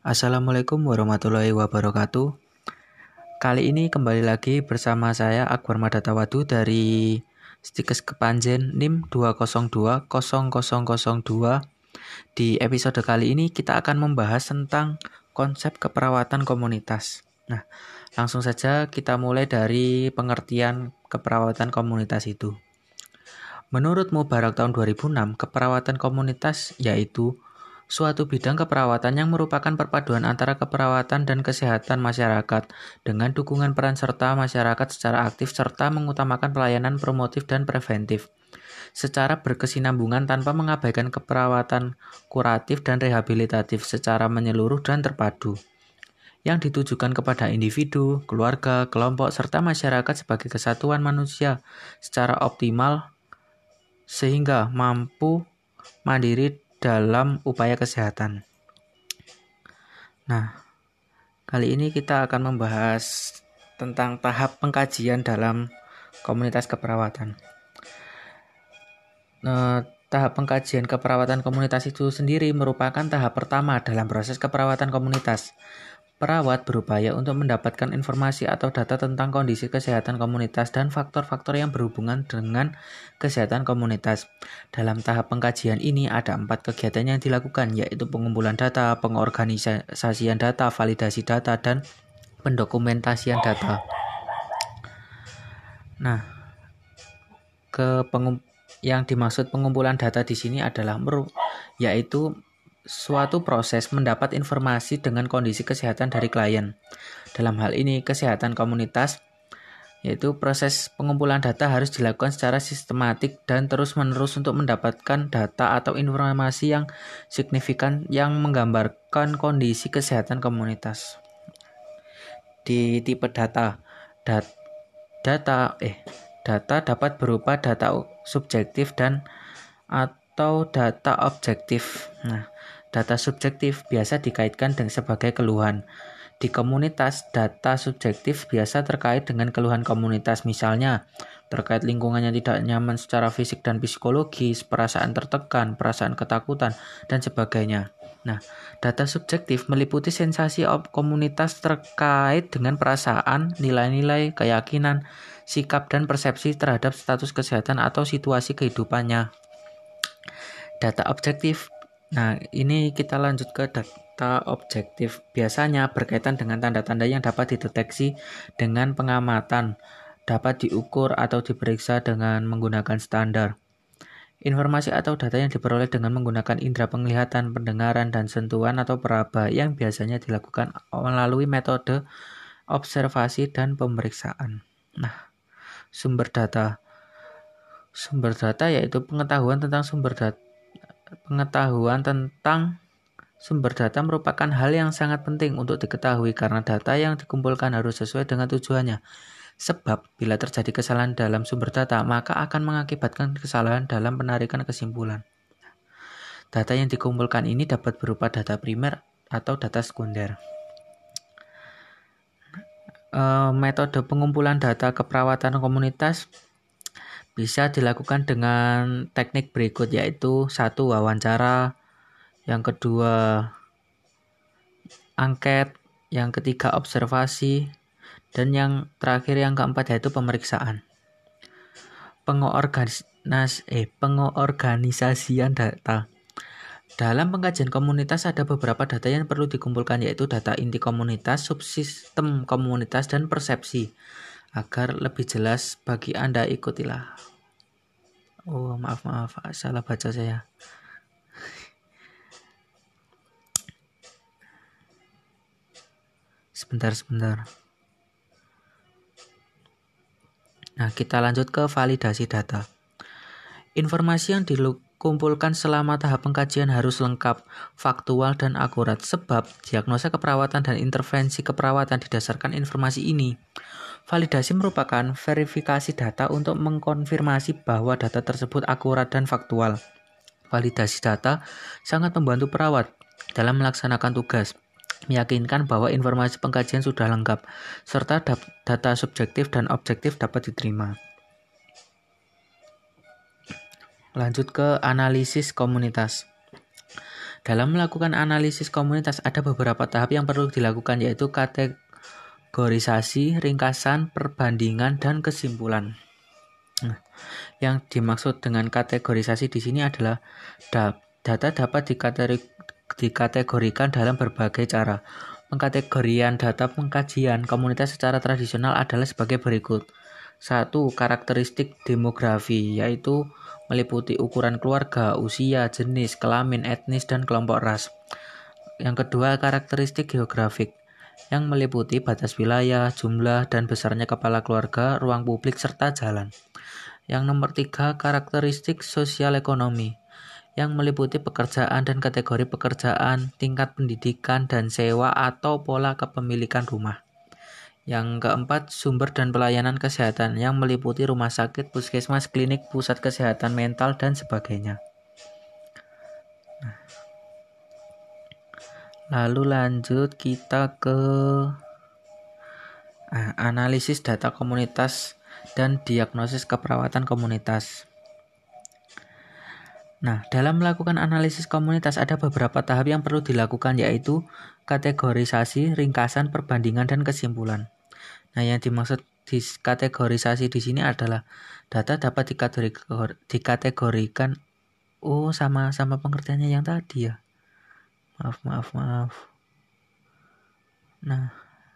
Assalamualaikum warahmatullahi wabarakatuh. Kali ini kembali lagi bersama saya Akbar Madatawadu dari Stikes Kepanjen NIM 2020002. Di episode kali ini kita akan membahas tentang konsep keperawatan komunitas. Nah, langsung saja kita mulai dari pengertian keperawatan komunitas itu. Menurut Mubarak tahun 2006, keperawatan komunitas yaitu suatu bidang keperawatan yang merupakan perpaduan antara keperawatan dan kesehatan masyarakat dengan dukungan peran serta masyarakat secara aktif serta mengutamakan pelayanan promotif dan preventif secara berkesinambungan tanpa mengabaikan keperawatan kuratif dan rehabilitatif secara menyeluruh dan terpadu yang ditujukan kepada individu, keluarga, kelompok, serta masyarakat sebagai kesatuan manusia secara optimal sehingga mampu mandiri dalam upaya kesehatan. Nah, kali ini kita akan membahas tentang tahap pengkajian dalam komunitas keperawatan. Tahap pengkajian keperawatan komunitas itu sendiri merupakan tahap pertama dalam proses keperawatan komunitas. Perawat berupaya untuk mendapatkan informasi atau data tentang kondisi kesehatan komunitas dan faktor-faktor yang berhubungan dengan kesehatan komunitas. Dalam tahap pengkajian ini ada 4 kegiatan yang dilakukan, yaitu pengumpulan data, pengorganisasian data, validasi data, dan pendokumentasian data. Nah, yang dimaksud pengumpulan data di sini adalah yaitu suatu proses mendapat informasi dengan kondisi kesehatan dari klien. Dalam hal ini, kesehatan komunitas, yaitu proses pengumpulan data harus dilakukan secara sistematik dan terus-menerus untuk mendapatkan data atau informasi yang signifikan yang menggambarkan kondisi kesehatan komunitas. Di tipe data dapat berupa data subjektif dan atau data objektif. Nah, data subjektif biasa dikaitkan dengan sebagai keluhan. Di komunitas, data subjektif biasa terkait dengan keluhan komunitas, misalnya terkait lingkungan yang tidak nyaman secara fisik dan psikologis, perasaan tertekan, perasaan ketakutan, dan sebagainya. Nah, data subjektif meliputi sensasi komunitas terkait dengan perasaan, nilai-nilai, keyakinan, sikap, dan persepsi terhadap status kesehatan atau situasi kehidupannya. Data objektif. Nah, ini kita lanjut ke data objektif. Biasanya berkaitan dengan tanda-tanda yang dapat dideteksi dengan pengamatan, dapat diukur atau diperiksa dengan menggunakan standar. Informasi atau data yang diperoleh dengan menggunakan indera penglihatan, pendengaran, dan sentuhan atau peraba yang biasanya dilakukan melalui metode observasi dan pemeriksaan. Nah, sumber data. Sumber data yaitu pengetahuan tentang sumber data. Pengetahuan tentang sumber data merupakan hal yang sangat penting untuk diketahui karena data yang dikumpulkan harus sesuai dengan tujuannya. Sebab bila terjadi kesalahan dalam sumber data, maka akan mengakibatkan kesalahan dalam penarikan kesimpulan. Data yang dikumpulkan ini dapat berupa data primer atau data sekunder. Metode pengumpulan data keperawatan komunitas bisa dilakukan dengan teknik berikut, yaitu 1. Wawancara, yang kedua angket, yang ketiga observasi, dan yang terakhir yang keempat yaitu pemeriksaan. Pengorganisasian data. Dalam pengkajian komunitas ada beberapa data yang perlu dikumpulkan, yaitu data inti komunitas, subsistem komunitas, dan persepsi. Agar lebih jelas bagi Anda, ikutilah. Oh, maaf, salah baca saya. Sebentar. Nah, kita lanjut ke validasi data. Informasi yang dikumpulkan selama tahap pengkajian harus lengkap, faktual, dan akurat, sebab diagnosa keperawatan dan intervensi keperawatan didasarkan informasi ini. Validasi merupakan verifikasi data untuk mengkonfirmasi bahwa data tersebut akurat dan faktual. Validasi data sangat membantu perawat dalam melaksanakan tugas, meyakinkan bahwa informasi pengkajian sudah lengkap, serta data subjektif dan objektif dapat diterima. Lanjut ke analisis komunitas. Dalam melakukan analisis komunitas ada beberapa tahap yang perlu dilakukan, yaitu kategorisasi, ringkasan, perbandingan, dan kesimpulan. Nah, yang dimaksud dengan kategorisasi di sini adalah data dapat dikategorikan dalam berbagai cara. Pengkategorian data pengkajian komunitas secara tradisional adalah sebagai berikut. 1. Karakteristik demografi, yaitu meliputi ukuran keluarga, usia, jenis, kelamin, etnis, dan kelompok ras. Yang kedua, karakteristik geografik, yang meliputi batas wilayah, jumlah, dan besarnya kepala keluarga, ruang publik, serta jalan. Yang nomor 3, karakteristik sosial ekonomi, yang meliputi pekerjaan dan kategori pekerjaan, tingkat pendidikan, dan sewa atau pola kepemilikan rumah. Yang keempat, sumber dan pelayanan kesehatan, yang meliputi rumah sakit, puskesmas, klinik, pusat kesehatan mental, dan sebagainya. Lalu lanjut kita ke analisis data komunitas dan diagnosis keperawatan komunitas. Nah, dalam melakukan analisis komunitas ada beberapa tahap yang perlu dilakukan, yaitu kategorisasi, ringkasan, perbandingan, dan kesimpulan. Nah, yang dimaksud kategorisasi di sini adalah data dapat dikategorikan. Oh, sama pengertiannya yang tadi ya. Maaf. Nah,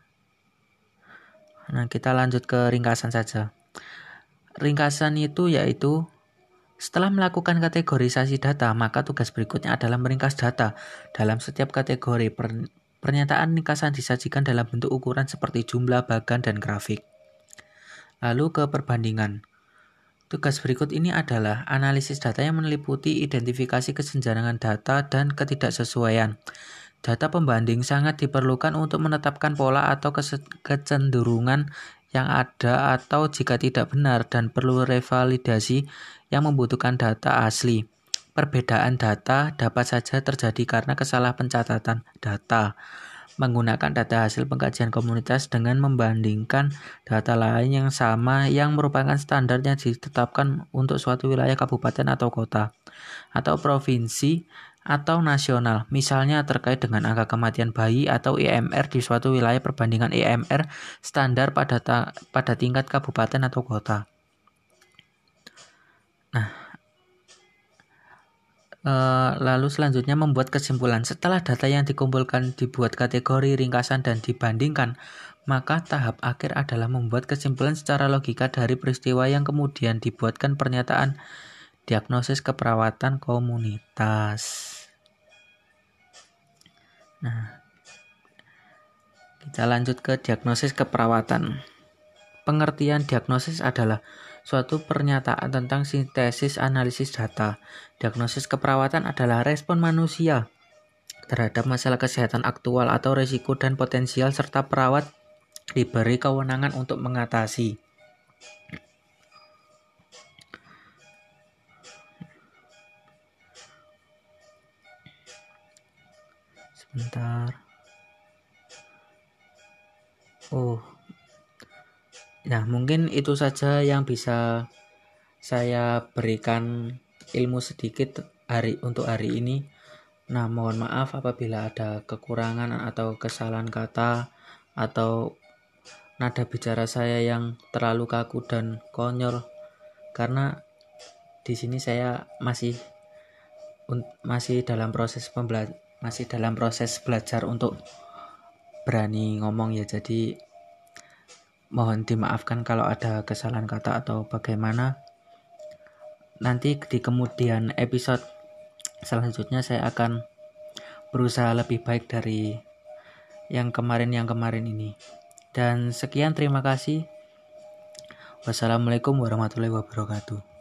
kita lanjut ke ringkasan saja. Ringkasan itu yaitu setelah melakukan kategorisasi data, maka tugas berikutnya adalah meringkas data. Dalam setiap kategori, pernyataan ringkasan disajikan dalam bentuk ukuran seperti jumlah, bagan, dan grafik. Lalu ke perbandingan. Tugas berikut ini adalah analisis data yang meliputi identifikasi kesenjangan data dan ketidaksesuaian. Data pembanding sangat diperlukan untuk menetapkan pola atau kecenderungan yang ada atau jika tidak benar dan perlu revalidasi yang membutuhkan data asli. Perbedaan data dapat saja terjadi karena kesalah pencatatan data. Menggunakan data hasil pengkajian komunitas dengan membandingkan data lain yang sama yang merupakan standar yang ditetapkan untuk suatu wilayah kabupaten atau kota atau provinsi atau nasional, misalnya terkait dengan angka kematian bayi atau IMR di suatu wilayah perbandingan IMR standar pada tingkat kabupaten atau kota. Lalu selanjutnya membuat kesimpulan. Setelah data yang dikumpulkan dibuat kategori, ringkasan, dan dibandingkan, maka tahap akhir adalah membuat kesimpulan secara logika dari peristiwa yang kemudian dibuatkan pernyataan diagnosis keperawatan komunitas. Nah, kita lanjut ke diagnosis keperawatan. Pengertian diagnosis adalah suatu pernyataan tentang sintesis analisis data. Diagnosis keperawatan adalah respon manusia terhadap masalah kesehatan aktual atau risiko dan potensial serta perawat diberi kewenangan untuk mengatasi. Sebentar. Nah, mungkin itu saja yang bisa saya berikan ilmu sedikit untuk hari ini. Nah, mohon maaf apabila ada kekurangan atau kesalahan kata atau nada bicara saya yang terlalu kaku dan konyol, karena di sini saya masih dalam proses belajar untuk berani ngomong ya. Jadi mohon dimaafkan kalau ada kesalahan kata atau bagaimana. Nanti di kemudian episode selanjutnya saya akan berusaha lebih baik dari yang kemarin ini. Dan sekian, terima kasih. Wassalamualaikum warahmatullahi wabarakatuh.